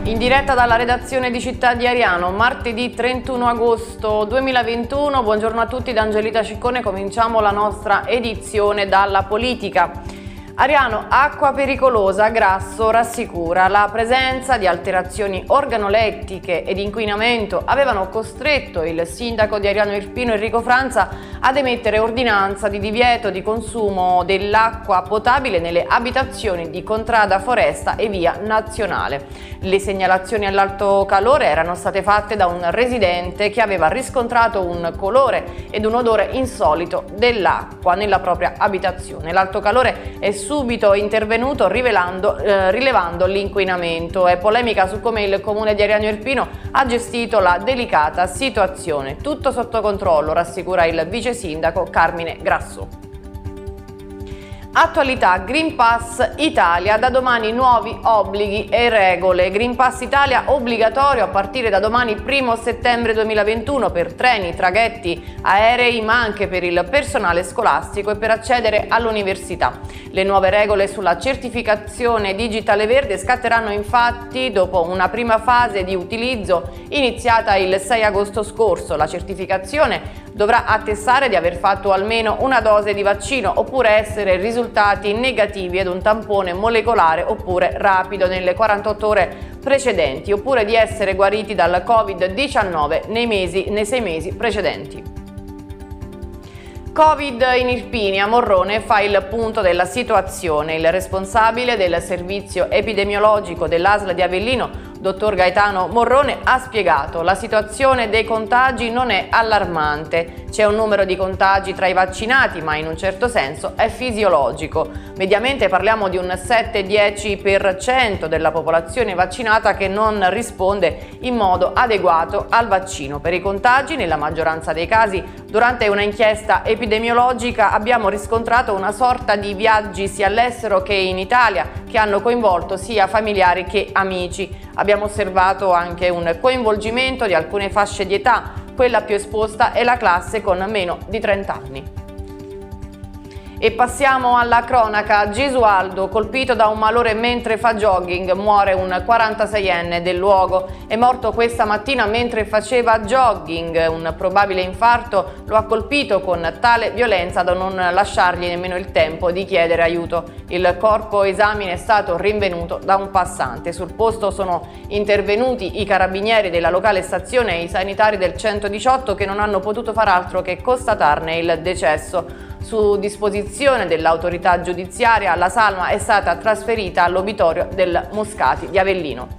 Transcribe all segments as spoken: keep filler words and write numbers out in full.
In diretta dalla redazione di Città di Ariano, martedì trentuno agosto duemilaventuno. Buongiorno a tutti da Angelita Ciccone. Cominciamo la nostra edizione dalla politica. Ariano, acqua pericolosa, Grasso rassicura. La presenza di alterazioni organolettiche ed inquinamento avevano costretto il sindaco di Ariano Irpino Enrico Franza ad emettere ordinanza di divieto di consumo dell'acqua potabile nelle abitazioni di Contrada Foresta e Via Nazionale. Le segnalazioni all'alto calore erano state fatte da un residente che aveva riscontrato un colore ed un odore insolito dell'acqua nella propria abitazione. L'alto calore è subito intervenuto rivelando, eh, rilevando l'inquinamento. È polemica su come il comune di Ariano Irpino ha gestito la delicata situazione. Tutto sotto controllo, rassicura il vice sindaco Carmine Grasso. Attualità, Green Pass Italia, da domani nuovi obblighi e regole. Green Pass Italia obbligatorio a partire da domani primo settembre duemilaventuno per treni, traghetti, aerei, ma anche per il personale scolastico e per accedere all'università. Le nuove regole sulla certificazione digitale verde scatteranno infatti dopo una prima fase di utilizzo iniziata il sei agosto scorso. La certificazione dovrà attestare di aver fatto almeno una dose di vaccino oppure essere risultati negativi ad un tampone molecolare oppure rapido nelle quarantotto ore precedenti oppure di essere guariti dal covid diciannove nei mesi, nei sei mesi precedenti. Covid in Irpinia, Morrone fa il punto della situazione. Il responsabile del servizio epidemiologico dell'A S L di Avellino, dottor Gaetano Morrone, ha spiegato: la situazione dei contagi non è allarmante. C'è un numero di contagi tra i vaccinati, ma in un certo senso è fisiologico. Mediamente parliamo di un sette dieci per cento della popolazione vaccinata che non risponde in modo adeguato al vaccino. Per i contagi, nella maggioranza dei casi, durante una inchiesta epidemiologica abbiamo riscontrato una sorta di viaggi sia all'estero che in Italia che hanno coinvolto sia familiari che amici. Abbiamo osservato anche un coinvolgimento di alcune fasce di età. Quella più esposta è la classe con meno di trenta anni. E passiamo alla cronaca. Gesualdo, colpito da un malore mentre fa jogging, muore un quarantaseienne del luogo. È morto questa mattina mentre faceva jogging. Un probabile infarto lo ha colpito con tale violenza da non lasciargli nemmeno il tempo di chiedere aiuto. Il corpo esamine è stato rinvenuto da un passante. Sul posto sono intervenuti i carabinieri della locale stazione e i sanitari del centodiciotto che non hanno potuto far altro che constatarne il decesso. Su disposizione dell'autorità giudiziaria, la salma è stata trasferita all'obitorio del Moscati di Avellino.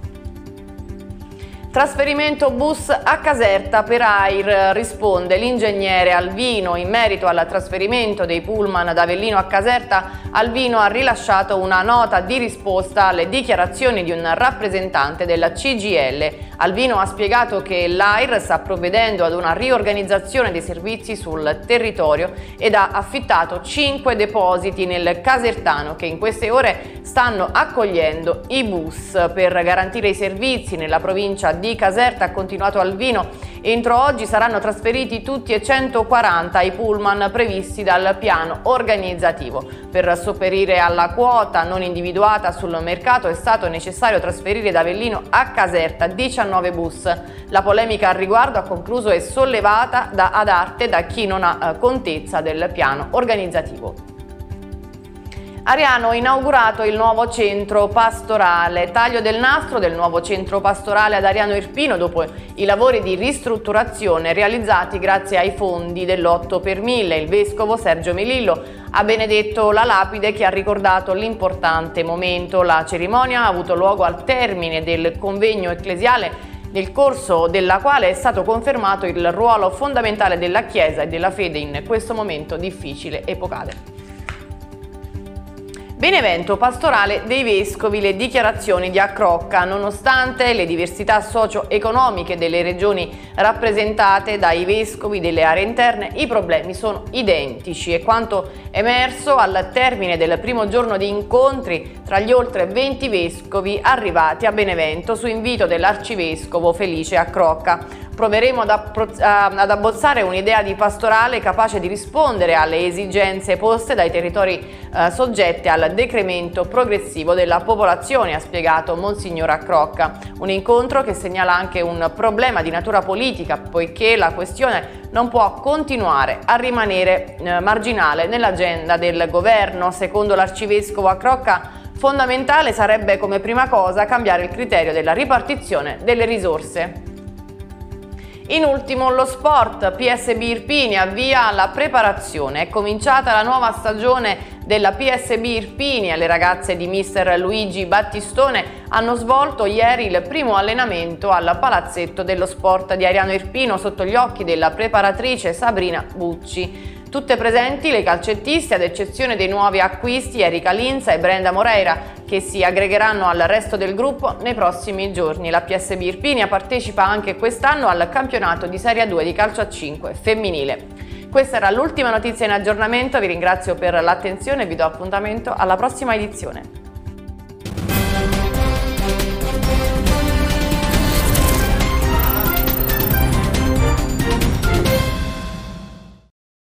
Trasferimento bus a Caserta per AIR, risponde l'ingegnere Alvino. In merito al trasferimento dei pullman da Avellino a Caserta, Alvino ha rilasciato una nota di risposta alle dichiarazioni di un rappresentante della C G I L. Alvino ha spiegato che l'AIR sta provvedendo ad una riorganizzazione dei servizi sul territorio ed ha affittato cinque depositi nel Casertano che in queste ore stanno accogliendo i bus. Per garantire i servizi nella provincia di di Caserta, ha continuato Alvino, entro oggi saranno trasferiti tutti e centoquaranta i pullman previsti dal piano organizzativo. Per sopperire alla quota non individuata sul mercato è stato necessario trasferire da Avellino a Caserta diciannove bus. La polemica al riguardo, ha concluso, è sollevata da, ad arte da chi non ha eh, contezza del piano organizzativo. Ariano ha inaugurato il nuovo centro pastorale. Taglio del nastro del nuovo centro pastorale ad Ariano Irpino dopo i lavori di ristrutturazione realizzati grazie ai fondi dell'otto per mille. Il vescovo Sergio Melillo ha benedetto la lapide che ha ricordato l'importante momento. La cerimonia ha avuto luogo al termine del convegno ecclesiale, nel corso della quale è stato confermato il ruolo fondamentale della Chiesa e della fede in questo momento difficile epocale. Benevento pastorale dei vescovi, le dichiarazioni di Accrocca. Nonostante le diversità socio-economiche delle regioni rappresentate dai vescovi delle aree interne, i problemi sono identici. È quanto emerso al termine del primo giorno di incontri tra gli oltre venti vescovi arrivati a Benevento su invito dell'arcivescovo Felice Accrocca. Proveremo ad, ad abbozzare un'idea di pastorale capace di rispondere alle esigenze poste dai territori eh, soggetti al decremento progressivo della popolazione, ha spiegato Monsignor Accrocca. Un incontro che segnala anche un problema di natura politica, poiché la questione non può continuare a rimanere eh, marginale nell'agenda del governo. Secondo l'arcivescovo Accrocca, fondamentale sarebbe come prima cosa cambiare il criterio della ripartizione delle risorse. In ultimo lo sport, P S B Irpini avvia la preparazione. È cominciata la nuova stagione della P S B Irpini e le ragazze di mister Luigi Battistone hanno svolto ieri il primo allenamento al palazzetto dello sport di Ariano Irpino sotto gli occhi della preparatrice Sabrina Bucci. Tutte presenti le calcettiste, ad eccezione dei nuovi acquisti Erika Linza e Brenda Moreira, che si aggregheranno al resto del gruppo nei prossimi giorni. La P S B Irpinia partecipa anche quest'anno al campionato di Serie due di calcio a cinque femminile. Questa era l'ultima notizia in aggiornamento, vi ringrazio per l'attenzione e vi do appuntamento alla prossima edizione.